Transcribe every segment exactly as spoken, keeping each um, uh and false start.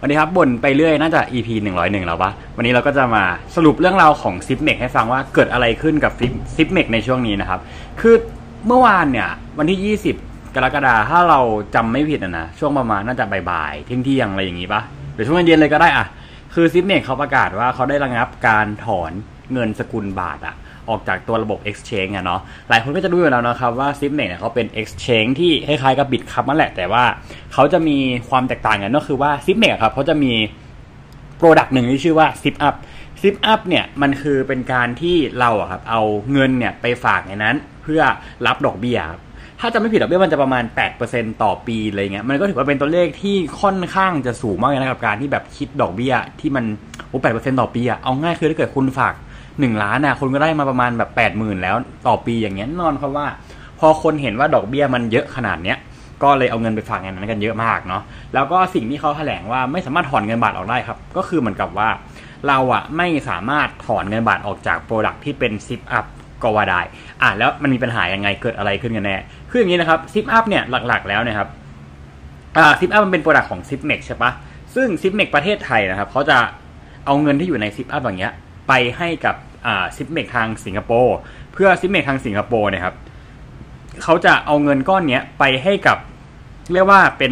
วันนี้ครับบ่นไปเรื่อยน่าจะ อี พี หนึ่งร้อยเอ็ดแล้วปะวันนี้เราก็จะมาสรุปเรื่องราวของ Zipmec ให้ฟังว่าเกิดอะไรขึ้นกับ Zipmec ในช่วงนี้นะครับคือเมื่อวานเนี่ยวันที่ยี่สิบกรกฎาคมถ้าเราจำไม่ผิดนะนะช่วงประมาณน่าจะบ่ายๆเที่ยงๆอะไรอย่างงี้ปะหรือช่วงเย็นเลยก็ได้อะคือ Zipmec เขาประกาศว่าเขาได้ระงับการถอนเงินสกุลบาทอะออกจากตัวระบบ exchange อะเนาะหลายคนก็จะรู้อยู่แล้วนะครับว่า Zipmec เนี่ยเขาเป็น exchange ที่คล้ายๆกับ Bitcup นั่นแหละแต่ว่าเขาจะมีความแตกต่างกันก็คือว่า Zipmec ครับเขาจะมี product หนึ่งที่ชื่อว่า Zipup Zipup เนี่ยมันคือเป็นการที่เราอะครับเอาเงินเนี่ยไปฝากในนั้นเพื่อรับดอกเบี้ยครับถ้าจะไม่ผิดดอกเบี้ยมันจะประมาณ แปดเปอร์เซ็นต์ ต่อปีอะไรเงี้ยมันก็ถือว่าเป็นตัวเลขที่ค่อนข้างจะสูงมากเลยนะกับการที่แบบคิดดอกเบี้ยที่มันโอ้ แปดเปอร์เซ็นต์ ต่อปีอะเอาง่ายคือถ้าเกิดคุณฝากหนึ่งล้านนะคุณก็ได้มาประมาณแบบ แปดหมื่น แล้วต่อปีอย่างเงี้ยนอนเพราะว่าพอคนเห็นว่าดอกเบี้ยมันเยอะขนาดเนี้ยก็เลยเอาเงินไปฝากเงินนั้นกันเยอะมากเนาะแล้วก็สิ่งที่เขาแถลงว่าไม่สามารถถอนเงินบาทออกได้ครับก็คือเหมือนกับว่าเราอะไม่สามารถถอนเงินบาทออกจากโปรดักที่เป็น Zipup ก็ว่าได้อ่ะแล้วมันมีปัญหายังไงเกิดอะไรขึ้นกันแน่คืออย่างนี้นะครับ Zipup เนี่ยหลักๆแล้วนะครับอ่า Zipup มันเป็นโปรดักของ Zipmec ใช่ปะซึ่ง Zipmec ประเทศไทยนะครับเขาจะเอาเงินที่อยู่ใน Zipup อย่างเงี้ยไปให้กับอ่า Zipmec ทางสิงคโปร์เพื่อ Zipmec ทางสิงคโปร์เนี่ยครับเขาจะเอาเงินก้อนนี้ไปให้กับเรียกว่าเป็น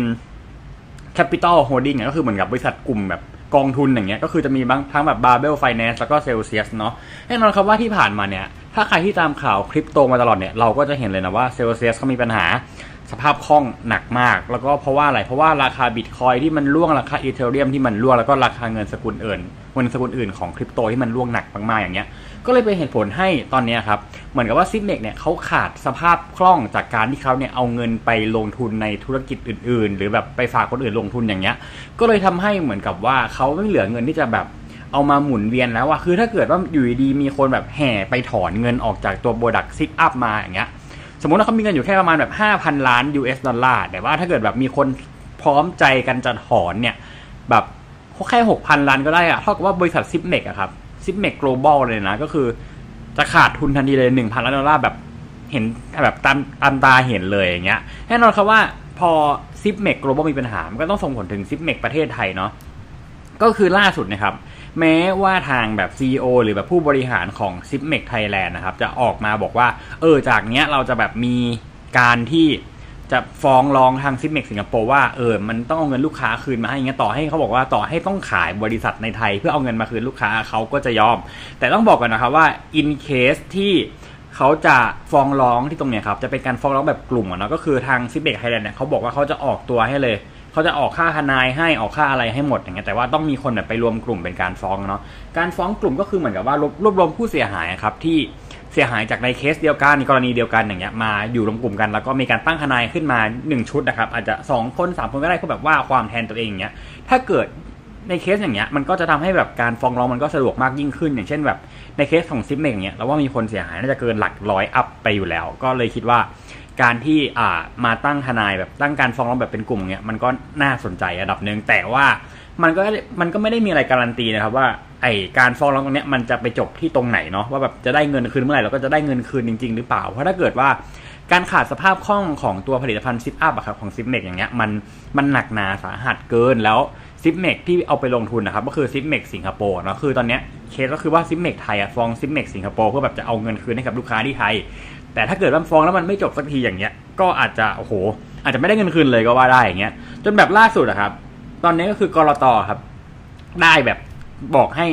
Capital Holding ก็คือเหมือนกับบริษัทกลุ่มแบบกองทุนอย่างเงี้ยก็คือจะมีบางทั้งแบบ Barbell Finance แล้วก็ Celsius เนาะแน่นอนครับว่าที่ผ่านมาเนี่ยถ้าใครที่ตามข่าวคริปโตมาตลอดเนี่ยเราก็จะเห็นเลยนะว่า Celsius เขามีปัญหาสภาพคล่องหนักมากแล้วก็เพราะว่าอะไรเพราะว่าราคา Bitcoin ที่มันร่วงราคา Ethereum ที่มันร่วงแล้วก็ราคาเงินสกุลอื่นเงินสกุลอื่นของคริปโตที่มันร่วงหนักมากๆอย่างเงี้ยก็เลยเป็นเหตุผลให้ตอนนี้ครับเหมือนกับว่า Zipmec เนี่ยเขาขาดสภาพคล่องจากการที่เขาเนี่ยเอาเงินไปลงทุนในธุรกิจอื่นๆหรือแบบไปฝากคนอื่นลงทุนอย่างเงี้ยก็เลยทำให้เหมือนกับว่าเขาไม่เหลือเงินที่จะแบบเอามาหมุนเวียนแล้วว่าคือถ้าเกิดว่าอยู่ดีมีคนแบบแห่ไปถอนเงินออกจากตัวโปรดักต์ Zipup มาอย่างเงี้ยสมมติว่าเขามีเงินอยู่แค่ประมาณแบบ ห้าพัน ล้าน ยู เอส ดอลลาร์แต่ว่าถ้าเกิดแบบมีคนพร้อมใจกันจะถอนเนี่ยแบบแค่ หกพัน ล้านก็ได้อะเท่ากับว่าบริษัท Zipmec อะครับ Zipmec Global เลยนะก็คือจะขาดทุนทันทีเลย หนึ่งพัน ล้านดอลลาร์แบบเห็นแบบตามตามตาเห็นเลยอย่างเงี้ยแน่นอนครับว่าพอ Zipmec Global มีปัญหามันก็ต้องส่งผลถึง Zipmec ประเทศไทยเนาะก็คือล่าสุดนะครับแม้ว่าทางแบบ ซี อี โอ หรือแบบผู้บริหารของ Zipmec Thailand นะครับจะออกมาบอกว่าเออจากเนี้ยเราจะแบบมีการที่จะฟ้องร้องทาง Zipmec สิงคโปร์ว่าเออมันต้องเอาเงินลูกค้าคืนมาให้อย่างเงี้ยต่อให้เขาบอกว่าต่อให้ต้องขายบริษัทในไทยเพื่อเอาเงินมาคืนลูกค้าเขาก็จะยอมแต่ต้องบอกก่อนนะครับว่า in case ที่เขาจะฟ้องร้องที่ตรงเนี้ยครับจะเป็นการฟ้องร้องแบบกลุ่มอ่ะเนาะก็คือทาง Zipmec Thailand เนี่ยเขาบอกว่าเขาจะออกตัวให้เลยเขาจะออกค่าทนายให้ออกค่าอะไรให้หมดอย่างเงี้ยแต่ว่าต้องมีคนแบบไปรวมกลุ่มเป็นการฟ้องเนาะการฟ้องกลุ่มก็คือเหมือนกับว่ารวบรวบรวมผู้เสียหายครับที่เสียหายจากในเคสเดียวกันในกรณีเดียวกันอย่างเงี้ยมาอยู่รวมกลุ่มกันแล้วก็มีการตั้งทนายขึ้นมาหนึ่งชุดนะครับอาจจะสองคนสามคนก็ได้ก็แบบว่าความแทนตัวเองอย่างเงี้ยถ้าเกิดในเคสอย่างเงี้ยมันก็จะทำให้แบบการฟ้องร้องมันก็สะดวกมากยิ่งขึ้นอย่างเช่นแบบในเคสของ Zipmec อย่างเงี้ยเราว่ามีคนเสียหายน่าจะเกินหลักร้อยอัพไปอยู่แล้วก็เลยคิดว่าการที่อ่ามาตั้งทนายแบบตั้งการฟ้องร้องแบบเป็นกลุ่มเงี้ยมันก็น่าสนใจระดับนึงแต่ว่ามันก็มันก็ไม่ได้มีอะไรการันตีนะครับว่าไอการฟ้องร้องตรงนี้มันจะไปจบที่ตรงไหนเนาะว่าแบบจะได้เงินคืนเมื่อไหร่แล้วก็จะได้เงินคืนจริงๆหรือเปล่าเพราะถ้าเกิดว่าการขาดสภาพคล่องของตัวผลิตภัณฑ์ Zipup อะครับของ Zipmec อย่างเงี้ยมันมันหนักหนาสาหัสเกินแล้ว Zipmec ที่เอาไปลงทุนนะครับก็คือ Zipmec สิงคโปร์เนาะคือตอนเนี้ยเคสก็คือว่า Zipmec ไทยอะฟ้อง Zipmec สิงคโปร์เพื่อแบบจะเอาเงินคืนให้กับลูกค้าที่ไทยแต่ถ้าเกิดว่าฟ้องแล้วมันไม่จบสักทีอย่างเงี้ยก็อาจจะโอ้โหอาจจะไม่ได้เงินคืนเลยก็ว่าได้อย่างเงี้ยจนแบบล่าสุดอะครับตอนนี้ก็คือกลต.ครับได้แบบบอกให้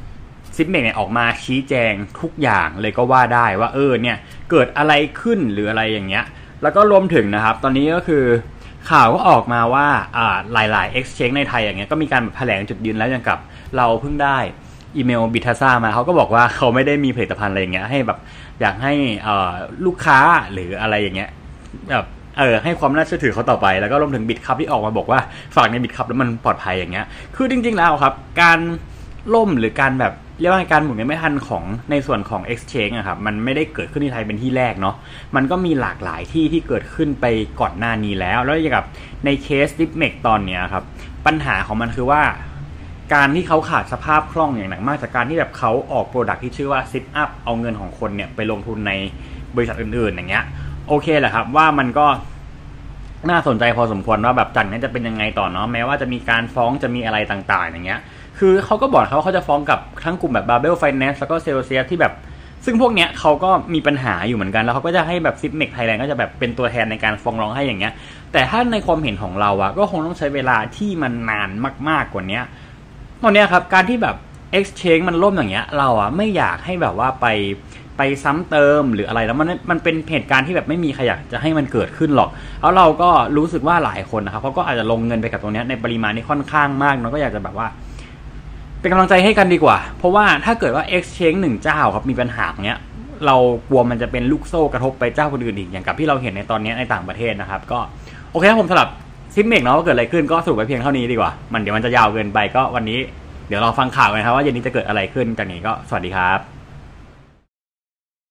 Zipmec เนี่ยออกมาชี้แจงทุกอย่างเลยก็ว่าได้ว่าเออเนี่ยเกิดอะไรขึ้นหรืออะไรอย่างเงี้ยแล้วก็รวมถึงนะครับตอนนี้ก็คือข่าวก็ออกมาว่าอ่าหลายๆ exchange ในไทยอย่างเงี้ยก็มีการแถลงจุดยืนแล้วอย่างกับเราเพิ่งได้อีเมลบิทาซ่ามาเขาก็บอกว่าเขาไม่ได้มีผลิตภัณฑ์อะไรอย่างเงี้ยให้แบบอยากให้อ่าลูกค้าหรืออะไรอย่างเงี้ยแบบเออให้ความน่าเชื่อถือเขาต่อไปแล้วก็รวมถึง Bitcup ที่ออกมาบอกว่าฝากใน Bitcup แล้วมันปลอดภัยอย่างเงี้ยคือจริงๆแล้วครับการล่มหรือการแบบเรียกว่าการหมุนเงินไม่ทันของในส่วนของ exchange อะครับมันไม่ได้เกิดขึ้นที่ไทยเป็นที่แรกเนาะมันก็มีหลากหลายที่ที่เกิดขึ้นไปก่อนหน้านี้แล้วแล้วอย่างกับในเคส Zipmec ตอนเนี้ยครับปัญหาของมันคือว่าการที่เขาขาดสภาพคล่องอย่างหนักมากจากการที่แบบเขาออกโปรดักที่ชื่อว่า Zipup เอาเงินของคนเนี่ยไปลงทุนในบริษัทอื่นๆอย่างเงี้ยโอเคแหละครับว่ามันก็น่าสนใจพอสมควรว่าแบบจากนี้จะเป็นยังไงต่อเนาะแม้ว่าจะมีการฟ้องจะมีอะไรต่างๆอย่างเงี้ยคือเขาก็บอกเขาว่าเขาจะฟ้องกับทั้งกลุ่มแบบ Babel Finance แล้วก็ Celsius ที่แบบซึ่งพวกเนี้ยเขาก็มีปัญหาอยู่เหมือนกันแล้วเขาก็จะให้แบบ Sipmex Thailand ก็จะแบบเป็นตัวแทนในการฟ้องร้องให้อย่างเงี้ยแต่ถ้าในความเห็นของเราอะก็คงต้องใช้เวลาที่มันนานมากๆกว่านี้ตอนเนี้ยครับการที่แบบ exchange มันล่มอย่างเงี้ยเราอะไม่อยากให้แบบว่าไปไปซ้ำเติมหรืออะไรแล้วมันมันเป็นเหตุการณ์ที่แบบไม่มีใครอยากจะให้มันเกิดขึ้นหรอกแล้วเราก็รู้สึกว่าหลายคนนะครับเขาก็อาจจะลงเงินไปกับตรงนี้ในปริมาณที่ค่อนข้างมากเนาะก็อยากจะแบบว่าเป็นกำลังใจให้กันดีกว่าเพราะว่าถ้าเกิดว่า exchange หนึ่งเจ้าครับมีปัญหาเนี้ยเรากลัวมันจะเป็นลูกโซ่กระทบไปเจ้าคนอื่นอีกอย่างกับที่เราเห็นในตอนนี้ในต่างประเทศนะครับก็โอเคครับผมสำหรับSipmexเนาะว่าเกิดอะไรขึ้นก็สรุปไปเพียงเท่านี้ดีกว่ามันเดี๋ยวมันจะยาวเกินไปก็วันนี้เดี๋ยวเราฟังข่าวกันครับว่าเย็นนี้จะเกิดอะไรขึ้นจากนี้ก็สวัสดีครับ